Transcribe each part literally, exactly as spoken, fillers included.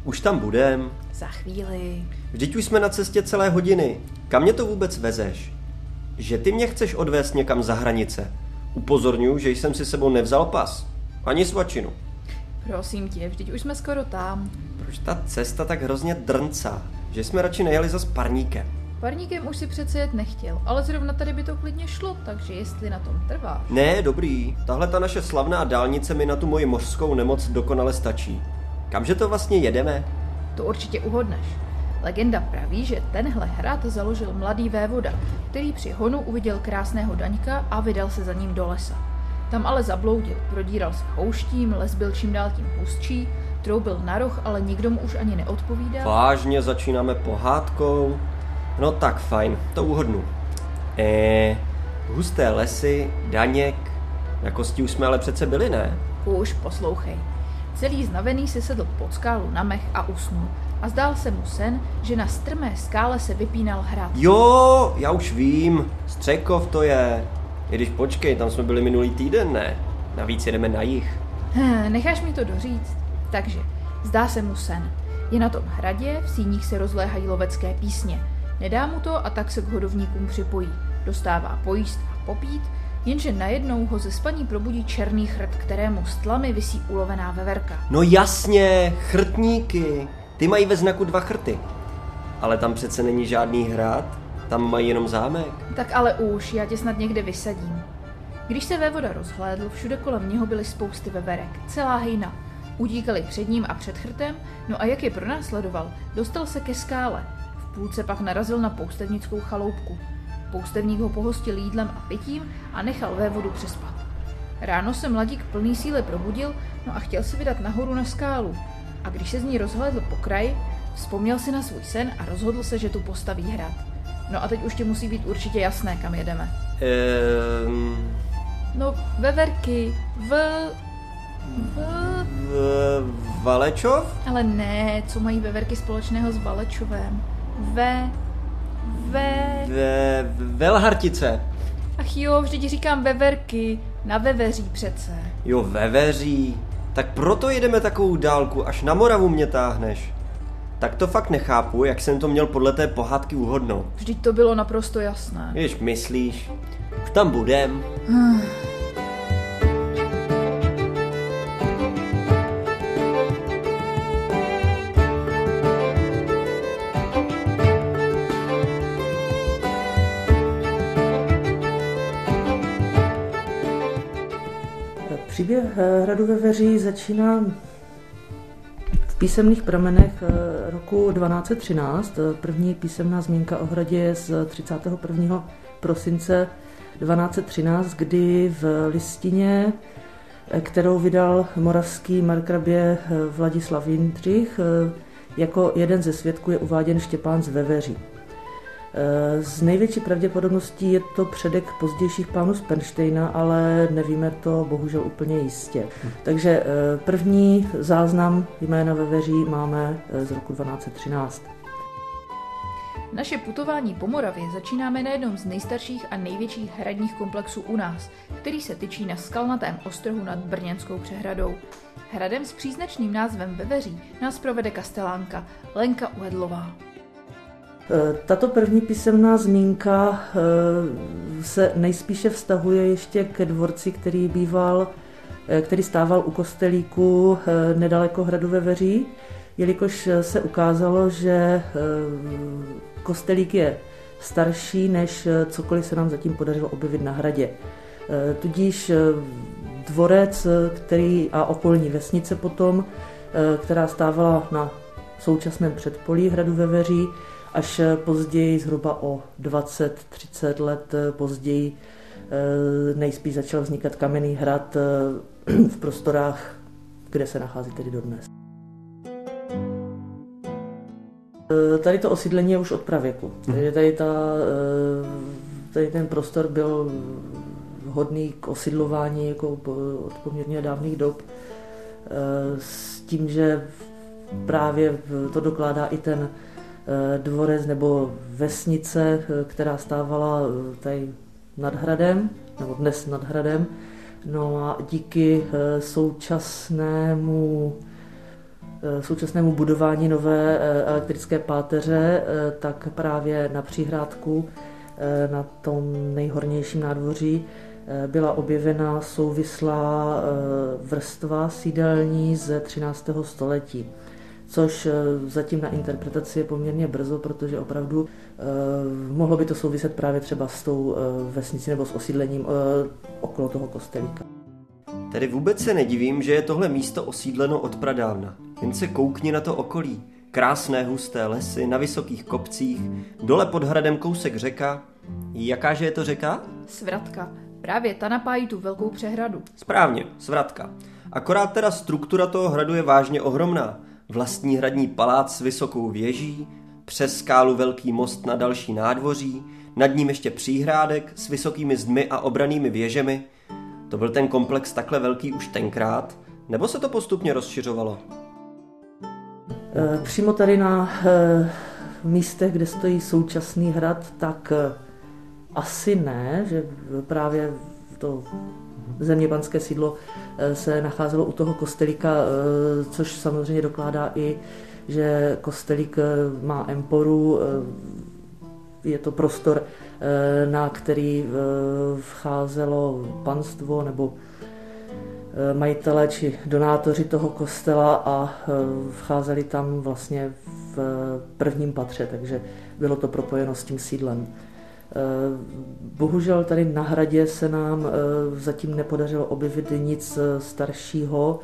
Už tam budem. Za chvíli. Vždyť už jsme na cestě celé hodiny. Kam mě to vůbec vezeš? Že ty mě chceš odvést někam za hranice. Upozorňuji, že jsem si sebou nevzal pas. Ani svačinu. Prosím tě, vždyť už jsme skoro tam. Proč ta cesta tak hrozně drncá? Že jsme radši nejeli za parníkem. Parníkem už si přece jet nechtěl, ale zrovna tady by to klidně šlo, takže jestli na tom trváš. Ne, dobrý. Tahle ta naše slavná dálnice mi na tu moji mořskou nemoc dokonale stačí. Kamže to vlastně jedeme? To určitě uhodneš. Legenda praví, že tenhle hrad založil mladý vévoda, který při honu uviděl krásného daňka a vydal se za ním do lesa. Tam ale zabloudil, prodíral se chouštím, les byl čím dál tím hustší, troubil na roh, ale nikdo mu už ani neodpovídal. Vážně začínáme pohádkou? No tak fajn, to uhodnu. Eh, husté lesy, daněk, na kosti už jsme ale přece byli, ne? Už poslouchej. Celý znavený si sedl pod skálu na mech a usnul. A zdál se mu sen, že na strmé skále se vypínal hrad. Jo, já už vím, Střekov to je. I když počkej, tam jsme byli minulý týden, ne? Navíc jedeme na jih. Hm, necháš mi to doříct? Takže, zdá se mu sen. Je na tom hradě, v síních se rozléhají lovecké písně. Nedá mu to a tak se k hodovníkům připojí. Dostává pojíst a popít, jenže najednou ho ze spaní probudí černý chrt, kterému z tlamy visí ulovená veverka. No jasně, chrtníky. Ty mají ve znaku dva chrty. Ale tam přece není žádný hrad, tam mají jenom zámek. Tak ale už, já tě snad někde vysadím. Když se vévoda rozhlédl, všude kolem něho byly spousty veverek, celá hejna. Udíkali před ním a před chrtem, no a jak je pronásledoval, dostal se ke skále. V půlce pak narazil na poustevnickou chaloupku. Poustevník ho pohostil jídlem a pitím a nechal vévodu přespat. Ráno se mladík plný síly probudil, no a chtěl se vydat nahoru na skálu. A když se z ní rozhlédl po kraji, vzpomněl si na svůj sen a rozhodl se, že tu postaví hrad. No a teď už ti musí být určitě jasné, kam jedeme. Ehm... No, veverky, v... v... v... Valečov? Ale ne, co mají veverky společného s Valečovem? Ve... ve... Ve... Velhartice. Ach jo, vždyť říkám veverky, na Veveří přece. Jo, Veveří. Tak proto jedeme takovou dálku, až na Moravu mě táhneš. Tak to fakt nechápu, jak jsem to měl podle té pohádky uhodnout. Vždyť to bylo naprosto jasné. Když myslíš, už tam budem. Hmm. Příběh hradu Veveří začíná v písemných pramenech roku dvanáct set třináct. První písemná zmínka o hradě je z třicátého prvního prosince dvanáct set třináct, kdy v listině, kterou vydal moravský markrabě Vladislav Jindřich, jako jeden ze svědků je uváděn Štěpán z Veveří. Z největší pravděpodobností je to předek pozdějších pánů z Pernštejna, ale nevíme to bohužel úplně jistě. Takže první záznam jména Veveří máme z roku dvanáct set třináct. Naše putování po Moravě začínáme na jednom z nejstarších a největších hradních komplexů u nás, který se tyčí na skalnatém ostrohu nad Brněnskou přehradou. Hradem s příznačným názvem Veveří nás provede kastelánka Lenka Uhedlová. Tato první písemná zmínka se nejspíše vztahuje ještě ke dvorci, který býval, který stával u kostelíku nedaleko hradu Veveří, jelikož se ukázalo, že kostelík je starší, než cokoliv se nám zatím podařilo objevit na hradě. Tudíž dvorec, který a okolní vesnice potom, která stávala na současném předpolí hradu Veveří, až později, zhruba o dvacet třicet let později, nejspíš začal vznikat kamenný hrad v prostorách, kde se nachází tedy dodnes. Tady to osídlení je už od pravěku. Takže tady, ta, tady ten prostor byl vhodný k osidlování jako od poměrně dávných dob. S tím, že právě to dokládá i ten dvorec nebo vesnice, která stávala tady nad hradem, nebo dnes nad hradem. No a díky současnému současnému budování nové elektrické páteře, tak právě na Příhrádku, na tom nejhornějším nádvoří, byla objevena souvislá vrstva sídelní ze třináctého století. Což zatím na interpretaci je poměrně brzo, protože opravdu eh, mohlo by to souviset právě třeba s tou eh, vesnicí nebo s osídlením eh, okolo toho kostelíka. Tedy vůbec se nedivím, že je tohle místo osídleno od pradávna. Jen se koukni na to okolí. Krásné husté lesy, na vysokých kopcích, dole pod hradem kousek řeka. Jakáže je to řeka? Svratka. Právě ta napájí tu velkou přehradu. Správně, Svratka. Akorát teda struktura toho hradu je vážně ohromná. Vlastní hradní palác s vysokou věží, přes skálu velký most na další nádvoří, nad ním ještě příhrádek s vysokými zdmi a obranými věžemi. To byl ten komplex takhle velký už tenkrát, nebo se to postupně rozšiřovalo? Přímo tady na místech, kde stojí současný hrad, tak asi ne, že právě to zeměpanské sídlo se nacházelo u toho kostelíka, což samozřejmě dokládá i, že kostelík má emporu, je to prostor, na který vcházelo panstvo nebo majitelé či donátoři toho kostela a vcházeli tam vlastně v prvním patře, takže bylo to propojeno s tím sídlem. Bohužel tady na hradě se nám zatím nepodařilo objevit nic staršího.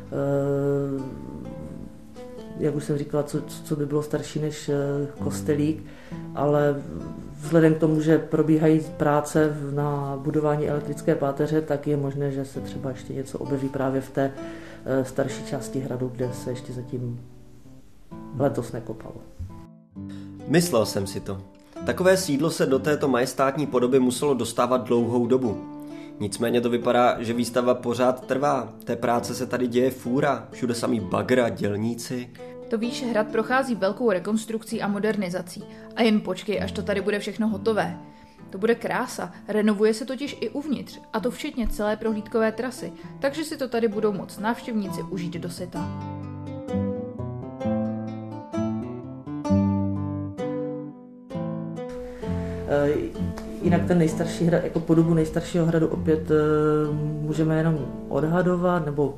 Jak už jsem říkala, co, co by bylo starší než kostelík, ale vzhledem k tomu, že probíhají práce na budování elektrické páteře, tak je možné, že se třeba ještě něco objeví právě v té starší části hradu, kde se ještě zatím letos nekopalo. Myslel jsem si to. Takové sídlo se do této majestátní podoby muselo dostávat dlouhou dobu. Nicméně to vypadá, že výstava pořád trvá. Té práce se tady děje fůra, všude samý bagra, dělníci. To víš, hrad prochází velkou rekonstrukcí a modernizací. A jen počkej, až to tady bude všechno hotové. To bude krása, renovuje se totiž i uvnitř, a to včetně celé prohlídkové trasy, takže si to tady budou moct návštěvníci užít do syta. Jinak ten nejstarší hrad, jako podobu nejstaršího hradu opět můžeme jenom odhadovat, nebo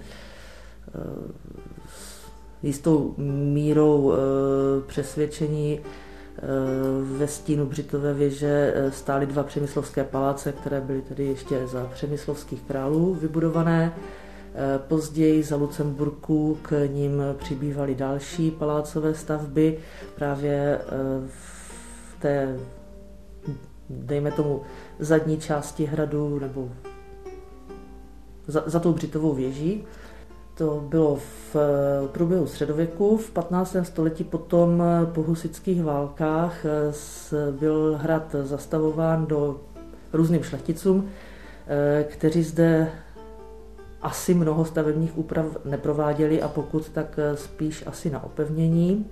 jistou mírou přesvědčení. Ve stínu Břitové věže stály dva přemyslovské paláce, které byly tedy ještě za přemyslovských králů vybudované. Později za Lucemburku k ním přibývaly další palácové stavby. Právě v té, dejme tomu, zadní části hradu nebo za, za tou Břitovou věží. To bylo v průběhu středověku. V patnáctém století potom po husitských válkách byl hrad zastavován do různým šlechticům, kteří zde asi mnoho stavebních úprav neprováděli a pokud, tak spíš asi na opevnění.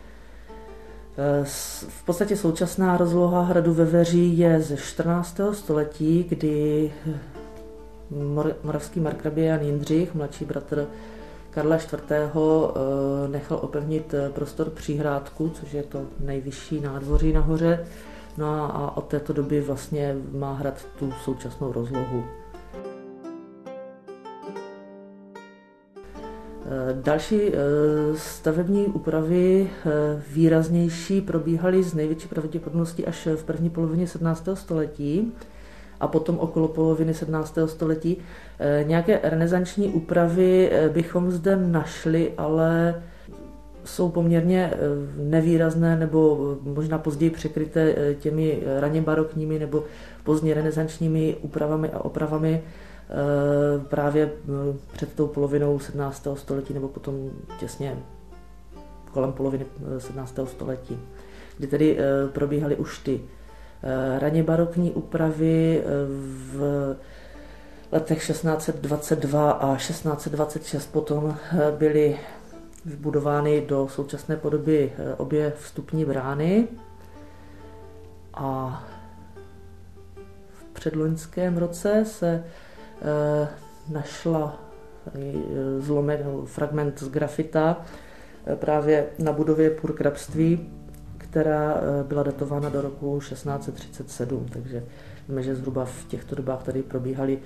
V podstatě současná rozloha hradu Veveří je ze čtrnáctého století, kdy moravský markrabě Jan Jindřich, mladší bratr Karla čtvrtého. nechal opevnit prostor Příhrádku, což je to nejvyšší nádvoří nahoře. No a od této doby vlastně má hrad tu současnou rozlohu. Další stavební úpravy výraznější probíhaly z největší pravděpodobností až v první polovině sedmnáctého století a potom okolo poloviny sedmnáctého století. Nějaké renesanční úpravy bychom zde našli, ale jsou poměrně nevýrazné nebo možná později překryté těmi raně barokními nebo pozdně renesančními úpravami a opravami právě před tou polovinou sedmnáctého století nebo potom těsně kolem poloviny sedmnáctého století, kdy tedy probíhaly už ty raně barokní úpravy. V letech šestnáct set dvacet dva a šestnáct set dvacet šest potom byly vybudovány do současné podoby obě vstupní brány a v předloňském roce se našla zlomek nebo fragment z grafita, právě na budově purkrabství, která byla datována do roku šestnáct set třicet sedm, takže víme, že zhruba v těchto dobách tady probíhaly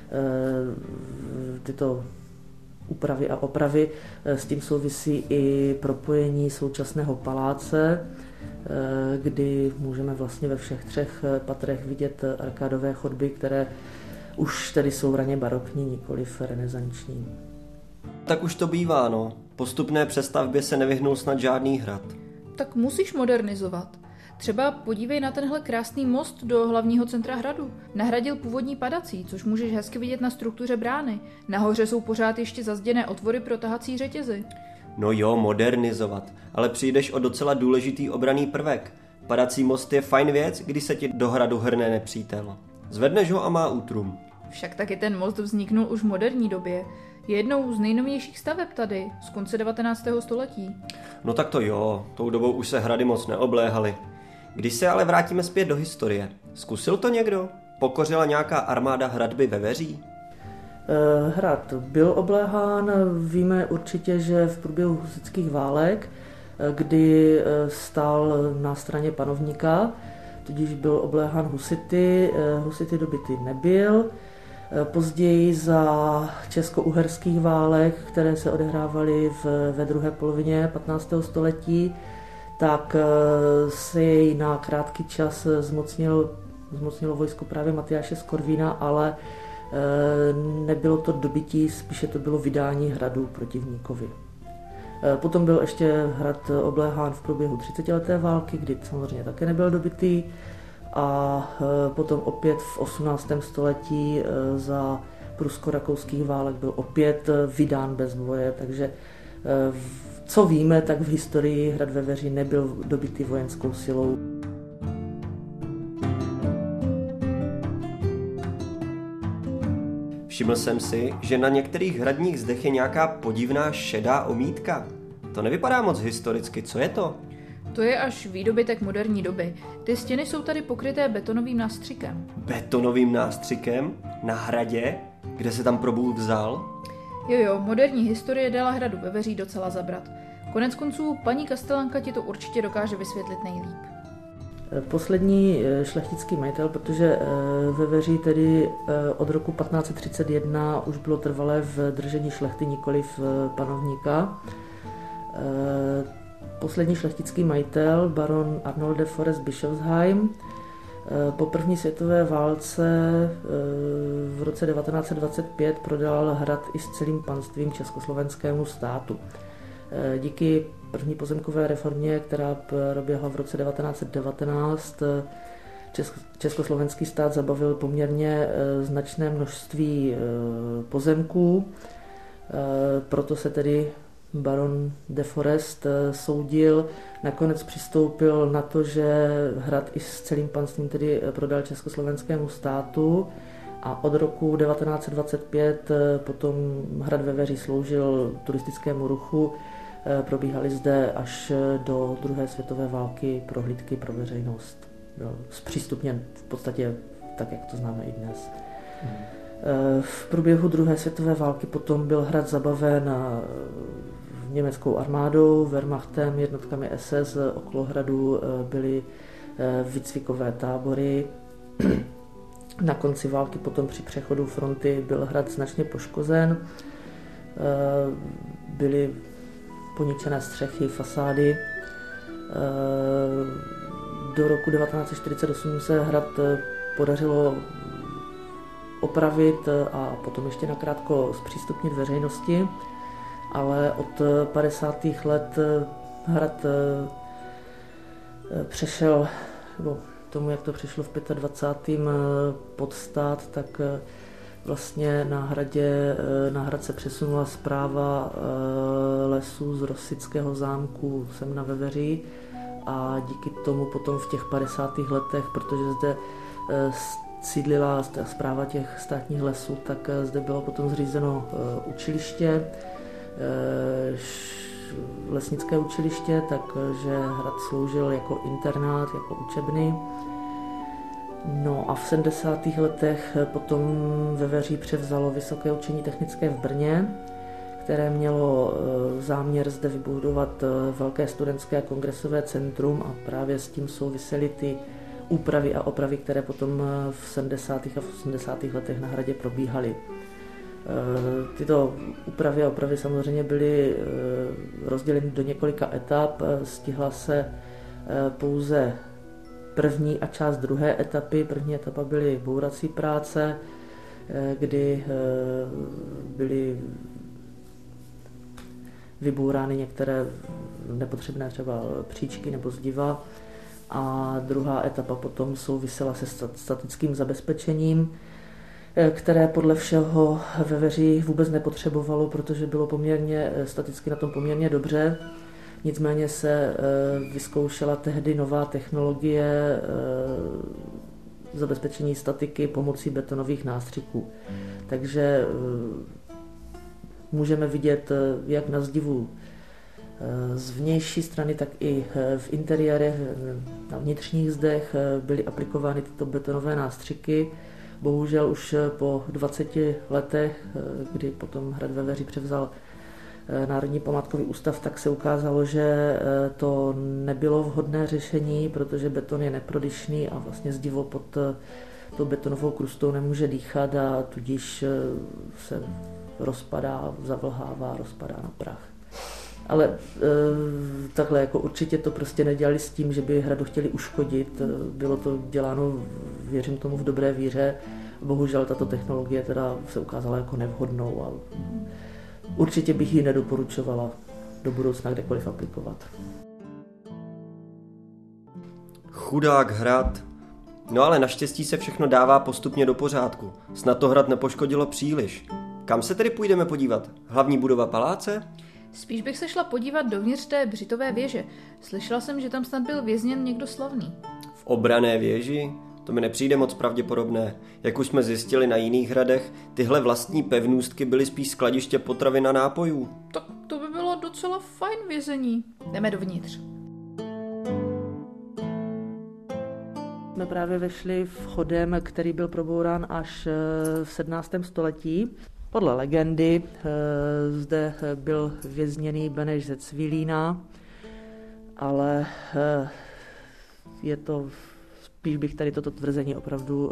tyto úpravy a opravy. S tím souvisí i propojení současného paláce, kdy můžeme vlastně ve všech třech patrech vidět arkádové chodby, které už tedy jsou raně barokní, nikoliv renesanční. Tak už to bývá, no. Postupné přestavbě se nevyhnul snad žádný hrad. Tak musíš modernizovat. Třeba podívej na tenhle krásný most do hlavního centra hradu. Nahradil původní padací, což můžeš hezky vidět na struktuře brány. Nahoře jsou pořád ještě zazděné otvory pro tahací řetězy. No jo, modernizovat, ale přijdeš o docela důležitý obranný prvek. Padací most je fajn věc, když se ti do hradu hrne nepřítel. Zvedneš ho a má útrum. Však taky ten most vzniknul už v moderní době. Je jednou z nejnovějších staveb tady, z konce devatenáctého století. No tak to jo, tou dobou už se hrady moc neobléhaly. Když se ale vrátíme zpět do historie, zkusil to někdo? Pokořila nějaká armáda hradby Veveří? Hrad byl obléhán, víme určitě, že v průběhu husitských válek, kdy stál na straně panovníka, tudíž byl obléhán husity, husity dobyty nebyl. Později za česko-uherských válek, které se odehrávaly v, ve druhé polovině patnáctého století, tak se jej na krátký čas zmocnil, zmocnilo vojsko právě Matyáše z Korvína, ale nebylo to dobytí, spíše to bylo vydání hradu protivníkovi. Potom byl ještě hrad obléhán v průběhu třicetileté války, kdy samozřejmě také nebyl dobytý, a potom opět v osmnáctém století za prusko-rakouských válek byl opět vydán bez boje, takže co víme, tak v historii hrad Veveří nebyl dobytý vojenskou silou. Všiml jsem si, že na některých hradních zdech je nějaká podivná šedá omítka. To nevypadá moc historicky, co je to? To je až výdobytek moderní doby. Ty stěny jsou tady pokryté betonovým nástřikem. Betonovým nástřikem? Na hradě? Kde se tam probůh vzal? Jo jo, moderní historie dala hradu Veveří docela zabrat. Konec konců paní Kastelanka ti to určitě dokáže vysvětlit nejlíp. Poslední šlechtický majitel, protože Veveří tedy od roku patnáct set třicet jedna už bylo trvalé v držení šlechty, nikoliv panovníka. Poslední šlechtický majitel, baron Arnold de Forest Bischofsheim, po první světové válce v roce devatenáct set dvacet pět prodal hrad i s celým panstvím československému státu. Díky první pozemkové reformě, která proběhla v roce devatenáct set devatenáct, československý stát zabavil poměrně značné množství pozemků, proto se tedy baron de Forest soudil, nakonec přistoupil na to, že hrad i s celým panstvím tedy prodal československému státu a od roku devatenáct set dvacet pět potom hrad Veveří sloužil turistickému ruchu. Probíhaly zde až do druhé světové války prohlídky pro veřejnost. Byl zpřístupněn v podstatě tak, jak to známe i dnes. Hmm. V průběhu druhé světové války potom byl hrad zabaven německou armádou, Wehrmachtem, jednotkami S S. Okolo hradu byly výcvikové tábory. Na konci války potom při přechodu fronty byl hrad značně poškozen. Byly poničené střechy, fasády. Do roku devatenáct set čtyřicet osm se hrad podařilo opravit a potom ještě nakrátko zpřístupnit veřejnosti, ale od padesátých let hrad přešel, nebo tomu, jak to přišlo v dvacátém pátém pod stát, tak vlastně na hradě, na hrad se přesunula správa lesů z Rosického zámku sem na Veveří a díky tomu potom v těch padesátých letech, protože zde sídlila správa těch státních lesů, tak zde bylo potom zřízeno učiliště, lesnické učiliště, takže hrad sloužil jako internát, jako učebny. No a v sedmdesátých letech potom Veveří převzalo Vysoké učení technické v Brně, které mělo záměr zde vybudovat velké studentské kongresové centrum a právě s tím souvisely ty úpravy a opravy, které potom v sedmdesátých a v osmdesátých letech na hradě probíhaly. Tyto úpravy a opravy samozřejmě byly rozděleny do několika etap. Stihla se pouze první a část druhé etapy. První etapa byly bourací práce, kdy byly vybourány některé nepotřebné třeba příčky nebo zdiva. A druhá etapa potom souvisela se statickým zabezpečením, které podle všeho Veveří vůbec nepotřebovalo, protože bylo poměrně staticky na tom poměrně dobře. Nicméně se vyzkoušela tehdy nová technologie zabezpečení statiky pomocí betonových nástřiků. Takže můžeme vidět jak na zdivu z vnější strany, tak i v interiérech, na vnitřních zdech byly aplikovány tyto betonové nástřiky. Bohužel už po dvaceti letech, kdy potom hrad Veveří převzal Národní památkový ústav, tak se ukázalo, že to nebylo vhodné řešení, protože beton je neprodyšný a vlastně zdivo pod tou betonovou krustou nemůže dýchat a tudíž se rozpadá, zavlhává, rozpadá na prach. Ale e, takhle, jako určitě to prostě nedělali s tím, že by hradu chtěli uškodit. Bylo to děláno, věřím tomu, v dobré víře. Bohužel tato technologie teda se ukázala jako nevhodnou a určitě bych ji nedoporučovala do budoucna kdekoliv aplikovat. Chudák hrad. No ale naštěstí se všechno dává postupně do pořádku. Snad to hrad nepoškodilo příliš. Kam se tedy půjdeme podívat? Hlavní budova paláce? Spíš bych se šla podívat dovnitř té břitové věže. Slyšela jsem, že tam snad byl vězněn někdo slavný. V obranné věži? To mi nepřijde moc pravděpodobné. Jak už jsme zjistili na jiných hradech, tyhle vlastní pevnůstky byly spíš skladiště potravin a nápojů. Tak to by bylo docela fajn vězení. Jdeme dovnitř. Jsme právě vešli vchodem, který byl probourán až v sedmnáctém století. Podle legendy zde byl vězněný Beneš ze Cvilína, ale je to, spíš bych tady toto tvrzení opravdu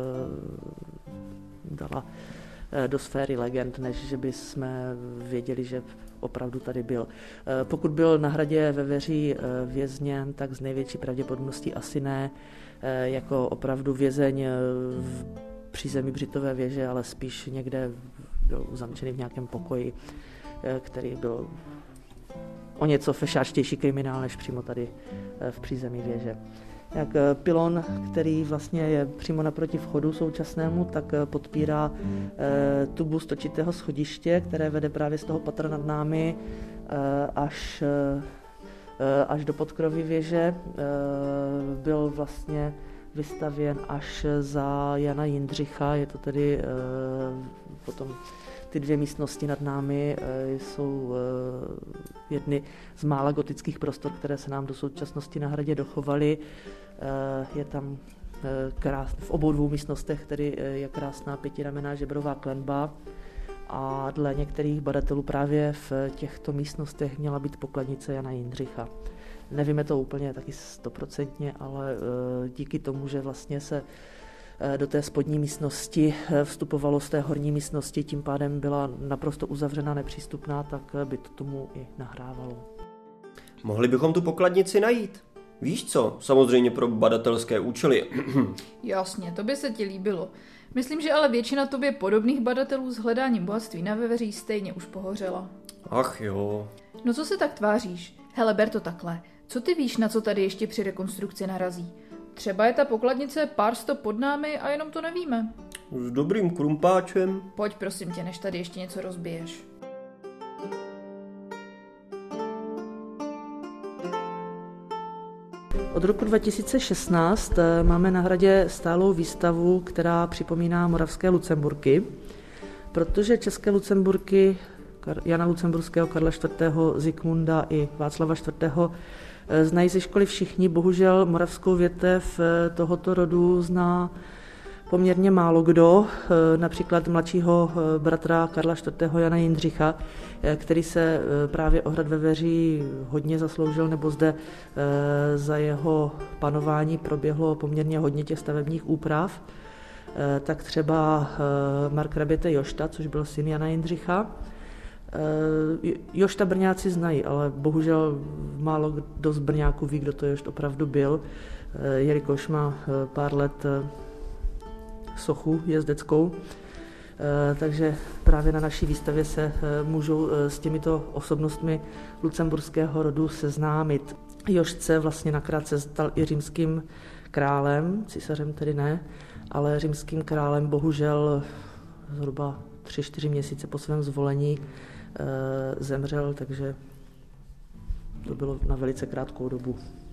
dala do sféry legend, než že bychom věděli, že opravdu tady byl. Pokud byl na hradě Veveří vězněn, tak z největší pravděpodobností asi ne jako opravdu vězeň v přízemí břitové věže, ale spíš někde byl zamčený v nějakém pokoji, který byl o něco fešáčtější kriminál než přímo tady v přízemí věže. Jak pylon, který vlastně je přímo naproti vchodu současnému, tak podpírá tubu stočitého schodiště, které vede právě z toho patra nad námi až, až do podkroví věže. Byl vlastně vystavěn až za Jana Jindřicha, je to tedy potom ty dvě místnosti nad námi jsou jedny z mála gotických prostor, které se nám do současnosti na hradě dochovaly. Je tam krás, v obou dvou místnostech tedy je krásná pětiramenná žebrová klenba a dle některých badatelů právě v těchto místnostech měla být pokladnice Jana Jindřicha. Nevíme to úplně taky stoprocentně, ale díky tomu, že vlastně se do té spodní místnosti vstupovalo z té horní místnosti, tím pádem byla naprosto uzavřená, nepřístupná, tak by to tomu i nahrávalo. Mohli bychom tu pokladnici najít. Víš co? Samozřejmě pro badatelské účely. Jasně, to by se ti líbilo. Myslím, že ale většina tobě podobných badatelů s hledáním bohatství na Veveří stejně už pohořela. Ach jo. No co se tak tváříš? Hele, ber to takhle. Co ty víš, na co tady ještě při rekonstrukci narazí? Třeba je ta pokladnice pár sto pod námi a jenom to nevíme. S dobrým krumpáčem. Pojď prosím tě, než tady ještě něco rozbiješ. Od roku dva tisíce šestnáct máme na hradě stálou výstavu, která připomíná moravské Lucemburky, protože české Lucemburky Jana Lucemburského, Karla čtvrtého. Zikmunda i Václava čtvrtého. znají ze školy všichni. Bohužel moravskou větev tohoto rodu zná poměrně málo kdo, například mladšího bratra Karla čtvrtého. Jana Jindřicha, který se právě o hrad Veveří hodně zasloužil, nebo zde za jeho panování proběhlo poměrně hodně těch stavebních úprav. Tak třeba markraběte Jošta, což byl syn Jana Jindřicha. Jošta Brňáci znají, ale bohužel málo kdo z Brňáků ví, kdo to Jošt opravdu byl, jelikož má pár let sochu jezdeckou, takže právě na naší výstavě se můžou s těmito osobnostmi lucemburského rodu seznámit. Jošt se vlastně nakrátce stal i římským králem, císařem tedy ne, ale římským králem bohužel zhruba tři, čtyři měsíce po svém zvolení zemřel, takže to bylo na velice krátkou dobu.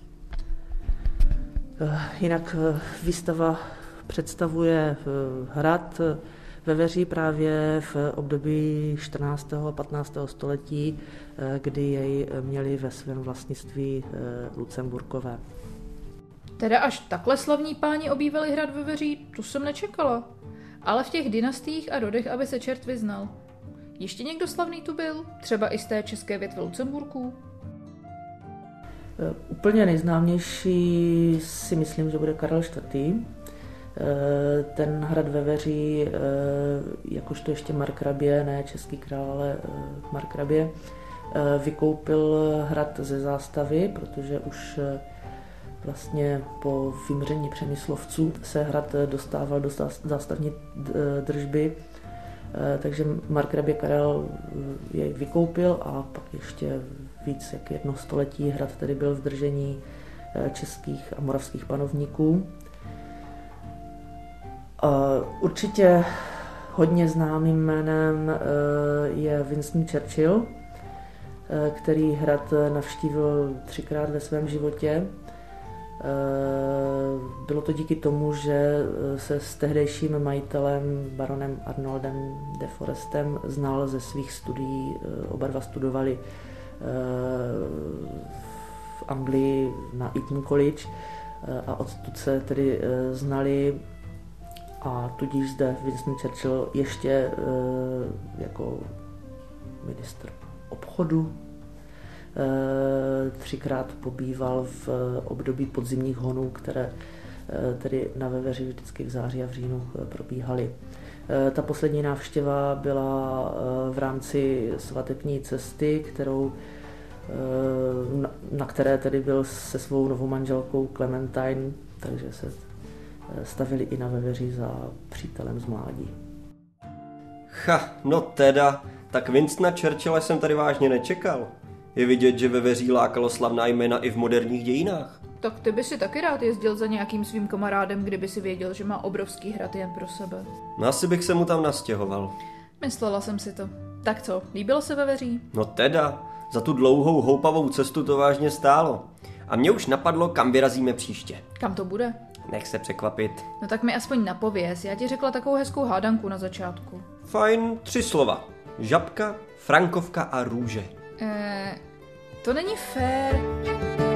Jinak výstava představuje hrad Veveří právě v období čtrnáctého a patnáctého století, kdy jej měli ve svém vlastnictví Lucemburkové. Teda až takhle slavní páni obývali hrad Veveří, to jsem nečekala. Ale v těch dynastiích a rodech, aby se čert vyznal. Ještě někdo slavný tu byl? Třeba i z té české větve Lucemburků? Úplně nejznámější si myslím, že bude Karel čtvrtý. Ten hrad Veveří, jakožto ještě markrabě, ne český král, ale markrabě, vykoupil hrad ze zástavy, protože už vlastně po vymření Přemyslovců se hrad dostával do zástavní držby, takže markrabě Karel jej vykoupil a pak ještě víc jak jedno století hrad tedy byl v držení českých a moravských panovníků. Určitě hodně známým jménem je Winston Churchill, který hrad navštívil třikrát ve svém životě. Bylo to díky tomu, že se s tehdejším majitelem baronem Arnoldem de Forestem znal ze svých studií. Oba dva studovali v Anglii na Eton College a odtud se tedy znali, a tudíž zde Winston Churchill ještě jako ministr obchodu třikrát pobýval v období podzimních honů, které tedy na Veveří vždycky v září a v říjnu probíhaly. Ta poslední návštěva byla v rámci svatební cesty, kterou, na které tedy byl se svou novou manželkou Clementine, takže se stavili i na Veveří za přítelem z mládí. Ha, no teda, tak Winstona Churchilla jsem tady vážně nečekal. Je vidět, že Veveří lákalo slavná jména i v moderních dějinách. Tak ty by si taky rád jezdil za nějakým svým kamarádem, kdyby si věděl, že má obrovský hrad jen pro sebe. No asi bych se mu tam nastěhoval. Myslela jsem si to. Tak co, líbilo se Veveří? No teda, za tu dlouhou houpavou cestu to vážně stálo. A mě už napadlo, kam vyrazíme příště. Kam to bude? Nech se překvapit. No tak mi aspoň napověz, já ti řekla takovou hezkou hádanku na začátku. Fajn, tři slova. Žabka, Frankovka a růže. Eee, to není fér.